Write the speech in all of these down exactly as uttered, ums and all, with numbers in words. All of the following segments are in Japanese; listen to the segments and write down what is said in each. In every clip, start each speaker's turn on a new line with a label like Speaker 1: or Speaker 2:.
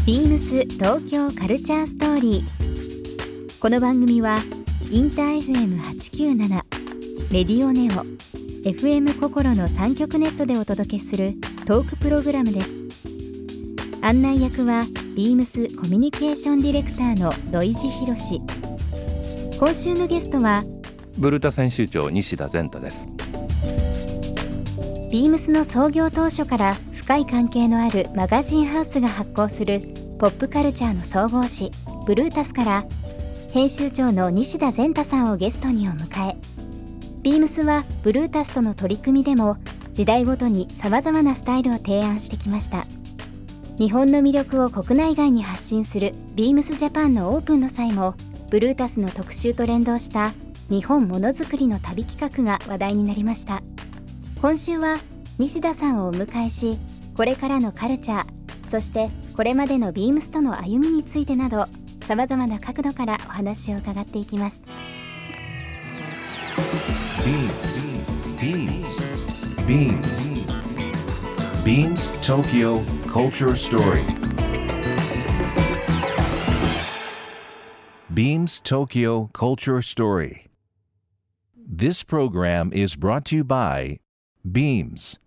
Speaker 1: ビームス東京カルチャーストーリー。この番組はインター エフエムはちきゅうなな、レディオネオ、エフエム 心のさん局ネットでお届けするトークプログラムです。案内役はビームスコミュニケーションディレクターの土井博志。今週のゲストは
Speaker 2: ブルタ編集長西田善太です。
Speaker 1: ビームスの創業当初から深い関係のあるマガジンハウスが発行するポップカルチャーの総合誌ブルータスから編集長の西田善太さんをゲストにお迎え、ビームスはブルータスとの取り組みでも時代ごとにさまざまなスタイルを提案してきました。日本の魅力を国内外に発信するビームスジャパンのオープンの際もブルータスの特集と連動した日本ものづくりの旅企画が話題になりました。今週は西田さんをお迎えし、これからのカルチャー、そしてこれまでのビームスとの歩みについてなどさまざまな角度からお話を伺っていきます。
Speaker 3: ビームス ビームス ビームス Tokyo Culture Story Beams Tokyo Culture Story. This program is brought to you by Beams.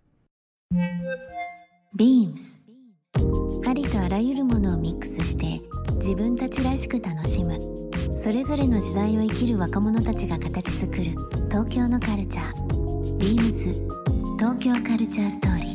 Speaker 4: Beams ありとあらゆるものをミックスして自分たちらしく楽しむ、それぞれの時代を生きる若者たちが形作る東京のカルチャー。 Beams 東京カルチャーストーリー。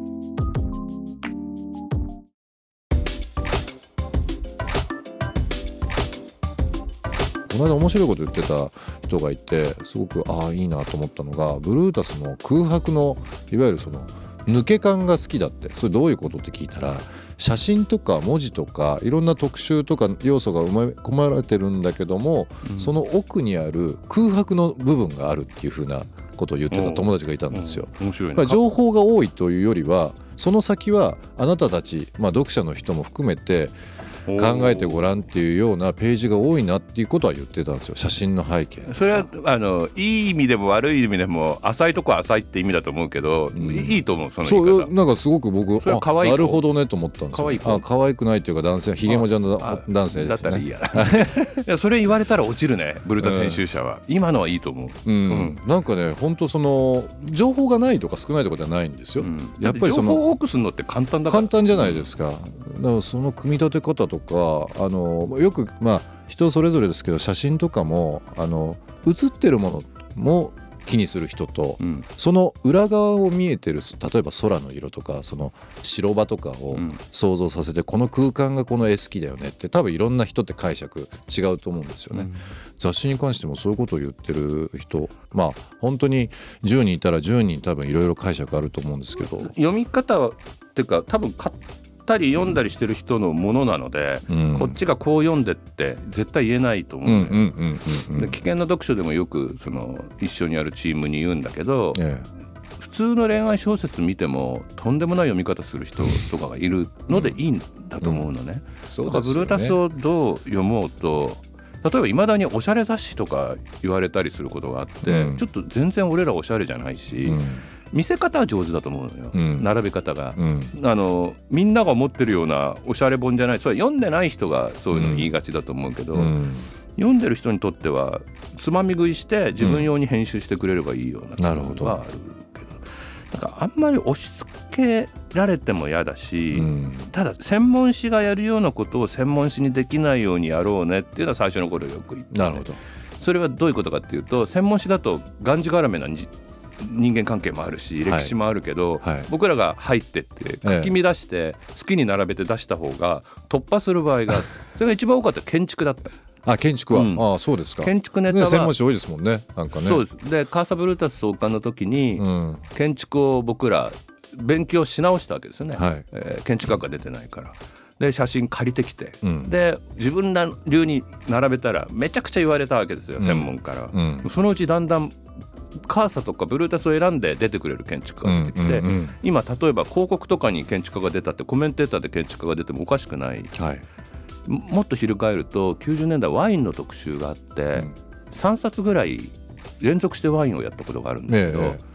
Speaker 5: この間面白いこと言ってた人がいて、すごくああいいなと思ったのが、ブルータスの空白のいわゆるその抜け感が好きだって。それどういうことって聞いたら、写真とか文字とかいろんな特集とか要素が埋め込まれてるんだけども、うん、その奥にある空白の部分があるっていう風なことを言ってた友達がいたんですよ。
Speaker 2: 面白いね。
Speaker 5: 情報が多いというよりは、その先はあなたたち、まあ、読者の人も含めて考えてごらんっていうようなページが多いなっていうことは言ってたんですよ。写真の背景。
Speaker 2: それはあのいい意味でも悪い意味でも浅いとこは浅いって意味だと思うけど、うん、いいと思うその言い方。そう、
Speaker 5: なんかすごく僕
Speaker 2: それは可愛い
Speaker 5: あなるほどねと思ったんですよ。可愛い子。あ、可愛くないっていうか男性、ひげもじゃの男性ですね。だったらいいやいやそれ言われたら落ちるね、ブルータス編集者は、うん、今のはいいと思う、うんうん、なんかね、本当その情報がないとか少ないとかではないんですよ、うん、やっぱりその
Speaker 2: 情報を多くするのって簡単だから。
Speaker 5: 簡単じゃないですか。だからその組み立て方とか、あのよくまあ人それぞれですけど、写真とかもあの写ってるものも気にする人と、うん、その裏側を見えてる、例えば空の色とかその白場とかを想像させて、うん、この空間がこの絵好きだよねって多分いろんな人って解釈違うと思うんですよね、うん、雑誌に関してもそういうことを言ってる人、まあ本当にじゅうにんいたらじゅうにん多分いろいろ解釈あると思うんですけど、
Speaker 2: 読み方はっていうか多分買ったり読んだりしてる人のものなので、うん、こっちがこう読んでって絶対言えないと思うね。危険な読書でもよくその一緒にやるチームに言うんだけど、ええ、普通の恋愛小説見てもとんでもない読み方する人とかがいるのでいいんだと思うのね、うんうん、だからブルータスをどう読もうと、例えばいまだにおしゃれ雑誌とか言われたりすることがあって、うん、ちょっと全然俺らおしゃれじゃないし、うん、見せ方は上手だと思うのよ、うん、並べ方が、うん、あのみんなが持ってるようなおしゃれ本じゃない。それは読んでない人がそういうの言いがちだと思うけど、うん、読んでる人にとってはつまみ食いして自分用に編集してくれればいいようなことがあるけど、なんかあんまり押し付けられても嫌だし、うん、ただ専門誌がやるようなことを専門誌にできないようにやろうねっていうのは最初の頃よく言って、ね、
Speaker 5: なるほど。
Speaker 2: それはどういうことかっていうと、専門誌だとがんじがらめな人間関係もあるし歴史もあるけど、はいはい、僕らが入ってって書き乱して好きに並べて出した方が突破する場合が、それが一番多かった建築だった。
Speaker 5: あ、建築は、うん、あそうですか。
Speaker 2: 建築ネタは、ね、
Speaker 5: 専門誌多いですもんね。なんかね。
Speaker 2: そうです。でカーサブルータス創刊の時に、うん、建築を僕ら勉強し直したわけですよね、はい、えー、建築学が出てないから。で写真借りてきて、うん、で自分ら流に並べたらめちゃくちゃ言われたわけですよ、うん、専門から、うん、そのうちだんだんカーサとかブルータスを選んで出てくれる建築家が出てきて、うんうんうん、今例えば広告とかに建築家が出たってコメンテーターで建築家が出てもおかしくない、はい、もっと翻るときゅうじゅうねんだいワインの特集があって、うん、さんさつぐらい連続してワインをやったことがあるんですけど、ええ、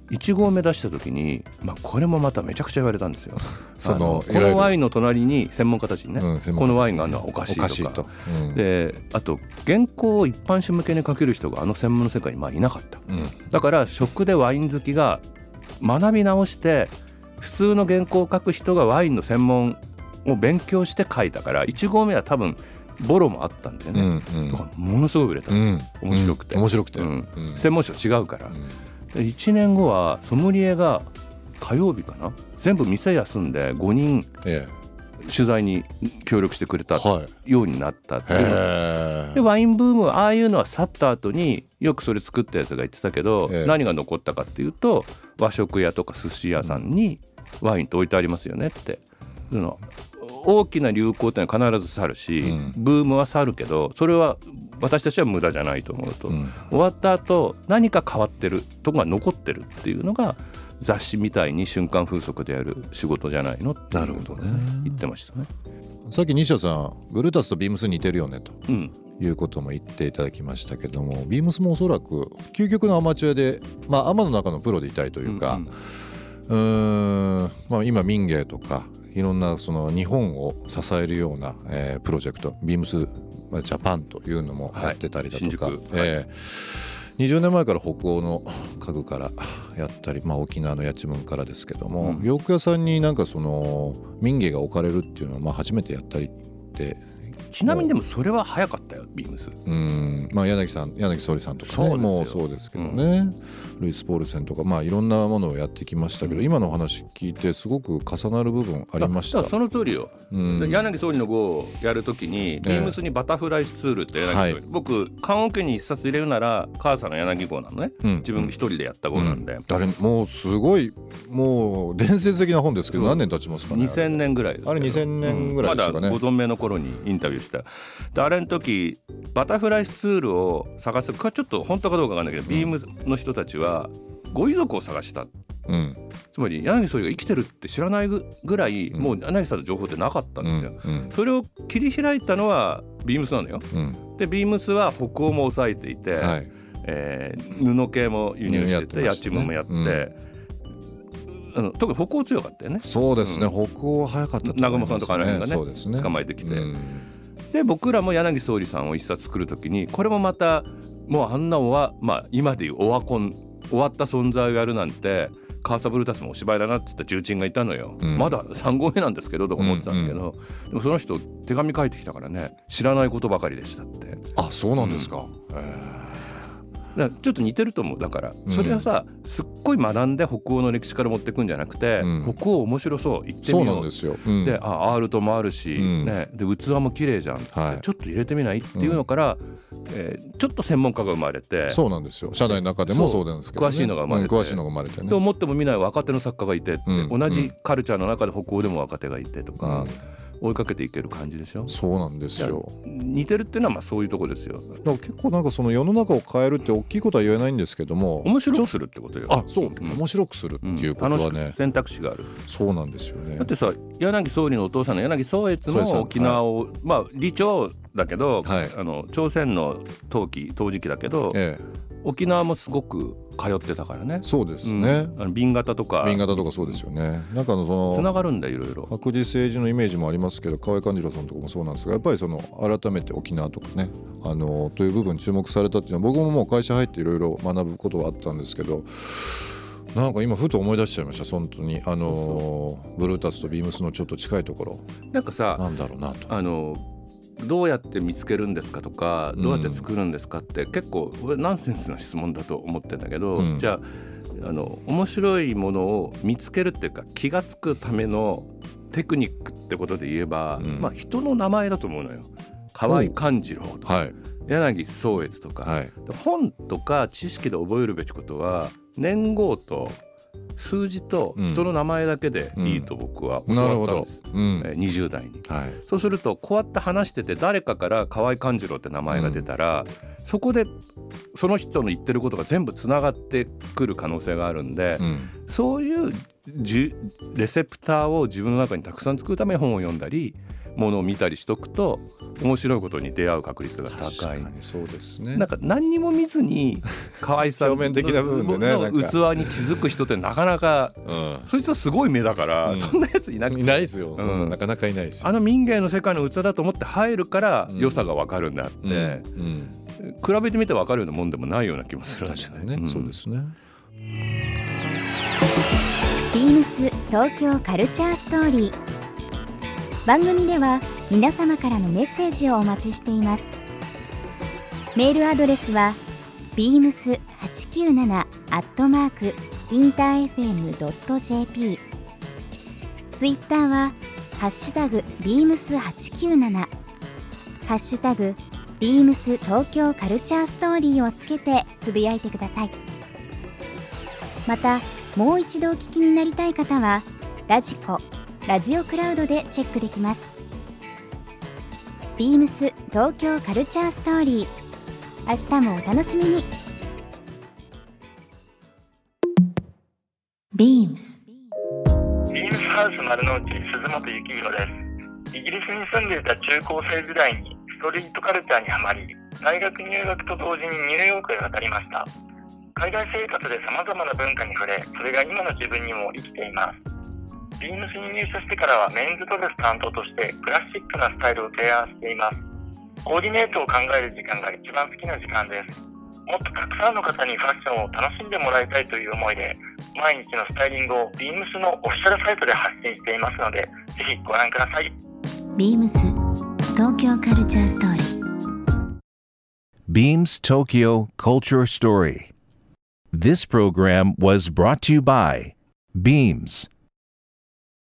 Speaker 2: いち合目出した時に、まあ、これもまためちゃくちゃ言われたんですよ。
Speaker 5: その
Speaker 2: このワインの隣に専門家たちにね、うん、このワインがあるのはおかしいとか、おかしいと、うん、であと原稿を一般紙向けに書ける人があの専門の世界にまあいなかった、うん、だから食でワイン好きが学び直して普通の原稿を書く人がワインの専門を勉強して書いたから、いち合目は多分ボロもあったんだよね、うんうん、だからものすごく売れた、うん、面白くて、
Speaker 5: うん、面白くて、
Speaker 2: うんうん、専門書違うから、うん、いちねんごはソムリエが火曜日かな、全部店休んでごにん取材に協力してくれたようになったっていうの、はい、でワインブームああいうのは去った後によくそれ作ったやつが言ってたけど、何が残ったかっていうと和食屋とか寿司屋さんにワインって置いてありますよねって、その大きな流行ってのは必ず去るし、うん、ブームは去るけどそれは私たちは無駄じゃないと思うと、うん、終わった後何か変わってるとこが残ってるっていうのが雑誌みたいに瞬間風速でやる仕事じゃないのって
Speaker 5: なるほどね
Speaker 2: 言ってましたね。
Speaker 5: さっき西田さんブルータスとビームス似てるよねと、うん、いうことも言っていただきましたけども、ビームスもおそらく究極のアマチュアで、まあ、アマの中のプロでいたいというか、うんうん、うーん、まあ、今民芸とかいろんなその日本を支えるような、えー、プロジェクトビームスジャパンというのもやってたりだとか、はい、えー、にじゅうねんまえから北欧の家具からやったり、まあ、沖縄のやちむんからですけども、うん、洋服屋さんになんかその民芸が置かれるっていうのはまあ初めてやったりって、
Speaker 2: ちなみにでもそれは早かったよビームス。
Speaker 5: うん、まあ、柳さん柳総理さんとかねもうそうですけどね、うん、ルイス・ポールセンとか、まあ、いろんなものをやってきましたけど、うん、今の話聞いてすごく重なる部分ありました。
Speaker 2: その通りよ、うん、柳総理の号をやるときにビームスにバタフライスツールって柳総理、はい、僕棺桶に一冊入れるなら母さんの柳号なのね、うん、自分一人でやった号なんで、うん、
Speaker 5: あれもうすごいもう伝説的な本ですけど何年経ちますかね。
Speaker 2: にせんねんぐらいですけど、
Speaker 5: あれにせんねんぐらいですかね、
Speaker 2: うん、まだご存命の頃にインタビューしたで、あれの時バタフライツールを探すかちょっと本当かどうかわかんないけど、うん、ビームの人たちはご遺族を探した、うん、つまり柳総理が生きてるって知らないぐらい、うん、もう柳さんの情報ってなかったんですよ、うんうん、それを切り開いたのはビームスなのよ、うん、でビームスは北欧も抑えていて、はい、えー、布系も輸入しててやちむんもやって、うん、あの特に北欧強かったよね。
Speaker 5: そうですね、うん、北欧早かったと思いますね。
Speaker 2: 南雲さんとかあの辺が ね,
Speaker 5: そうですね
Speaker 2: 捕まえてきて、うん、で僕らも柳総理さんを一冊作るときにこれもまたもうあんなおわ、まあ、今でいうオワコン終わった存在をやるなんてカーサブルータスもお芝居だなって言った重鎮がいたのよ、うん、まださん合目なんですけどとか思ってたんだけど、うんうん、でもその人手紙書いてきたからね、知らないことばかりでしたって。
Speaker 5: あ、そうなんですか、うん、
Speaker 2: だからちょっと似てると思う。だからそれはさ、うん、すっごい学んで北欧の歴史から持ってくんじゃなくて、うん、北欧面白そう行ってみよう。
Speaker 5: そうなんですよ、うん、
Speaker 2: であアールトもあるし、うんね、で器も綺麗じゃん、はい、ちょっと入れてみないっていうのから、うんえー、ちょっと専門家が生まれて。
Speaker 5: そうなんですよ、社内の中でもそうなんですけど、ね、
Speaker 2: 詳しいのが生まれて、
Speaker 5: うん、詳しいのが生まれてね。
Speaker 2: で思っても見ない若手の作家がいてって、
Speaker 5: うん、
Speaker 2: 同じカルチャーの中で北欧でも若手がいてとか、うん、追いかけていける感じでしょ。
Speaker 5: そうなんですよ。
Speaker 2: 似てるっていうのはまあそういうとこですよ。
Speaker 5: だから結構なんかその世の中を変えるって大きいことは言えないんですけども、
Speaker 2: 面白くするってことよ。
Speaker 5: あ、そう、うん、面白くするっていうことはね、うん、楽しく
Speaker 2: 選択肢がある。
Speaker 5: そうなんですよね。
Speaker 2: だってさ、柳総理のお父さんの柳宗悦も沖縄を、はい、まあ理長だけど、はい、あの朝鮮の陶器陶磁器だけど、ええ、沖縄もすごく通ってたからね。
Speaker 5: そうですね、
Speaker 2: うん、あの紅型とか
Speaker 5: 紅型とかそうですよね。なんかのその
Speaker 2: つながるんだいろいろ。
Speaker 5: 白磁政治のイメージもありますけど、河合勘次郎さんとかもそうなんですが、やっぱりその改めて沖縄とかね、あのという部分注目されたっていうのは、僕ももう会社入っていろいろ学ぶことはあったんですけど、なんか今ふと思い出しちゃいました。本当にあのブルータスとビームスのちょっと近いところ
Speaker 2: なんかさ、
Speaker 5: なんだろうなと。
Speaker 2: あのどうやって見つけるんですかとか、どうやって作るんですかって結構ナンセンスな質問だと思ってんだけど、うん、じゃあ、あの面白いものを見つけるっていうか気がつくためのテクニックってことで言えば、うん、まあ、人の名前だと思うのよ。河合勘次郎とか、はい、柳宗悦とか、はい、本とか知識で覚えるべきことは年号と数字と人の名前だけでいいと僕は教わったんです、うんうん、にじゅう代に、はい、そうするとこうやって話してて誰かから河合勘次郎って名前が出たら、うん、そこでその人の言ってることが全部つながってくる可能性があるんで、うん、そういうレセプターを自分の中にたくさん作るために本を読んだりものを見たりしとくと面白いことに出会う確率が高い。
Speaker 5: 確かにそうですね。
Speaker 2: なんか何にも見ずに可愛さ
Speaker 5: 表面的な部分でね
Speaker 2: の器に気づく人ってなかなか、うん、そいつはすごい目だから、うん、そんなやついなくて
Speaker 5: いないですよ、
Speaker 2: うん、
Speaker 5: なかなかいないですよ。
Speaker 2: あの民芸の世界の器だと思って入るから良さが分かるんであって、うんうんうん、比べてみて分かるようなもんでもないような気もするんですね。
Speaker 5: 確かにね、うん、そうですね。
Speaker 1: ビームス東京カルチャーストーリー。番組では皆様からのメッセージをお待ちしています。メールアドレスは ビームスはちきゅうなな アットマーク インターエフエム ドット ジェーピー。 ツイッターはハッシュタグ ビームスはちきゅうなな、 ハッシュタグ ビームス東京カルチャーストーリーをつけてつぶやいてください。またもう一度お聞きになりたい方はラジコ、ラジオクラウドでチェックできます。ビームス東京カルチャーストーリー、明日もお楽しみに。
Speaker 4: ビームス
Speaker 6: ビームスハウス丸の内鈴本幸宏です。イギリスに住んでいた中高生時代にストリートカルチャーにはまり、大学入学と同時にニューヨークへ渡りました。海外生活で様々な文化に触れ、それが今の自分にも生きています。ビームスに入社してからはメンズドレス担当としてクラシックなスタイルを提案しています。コーディネートを考える時間が一番好きな時間です。もっとたくさんの方にファッションを楽しんでもらいたいという思いで、毎日のスタイリングをビームスのオフィシャルサイトで発信していますので、ぜひご覧ください。
Speaker 4: ビームス東京カルチャーストーリー。
Speaker 3: Beams Tokyo Culture Story. This program was brought to you by Beams.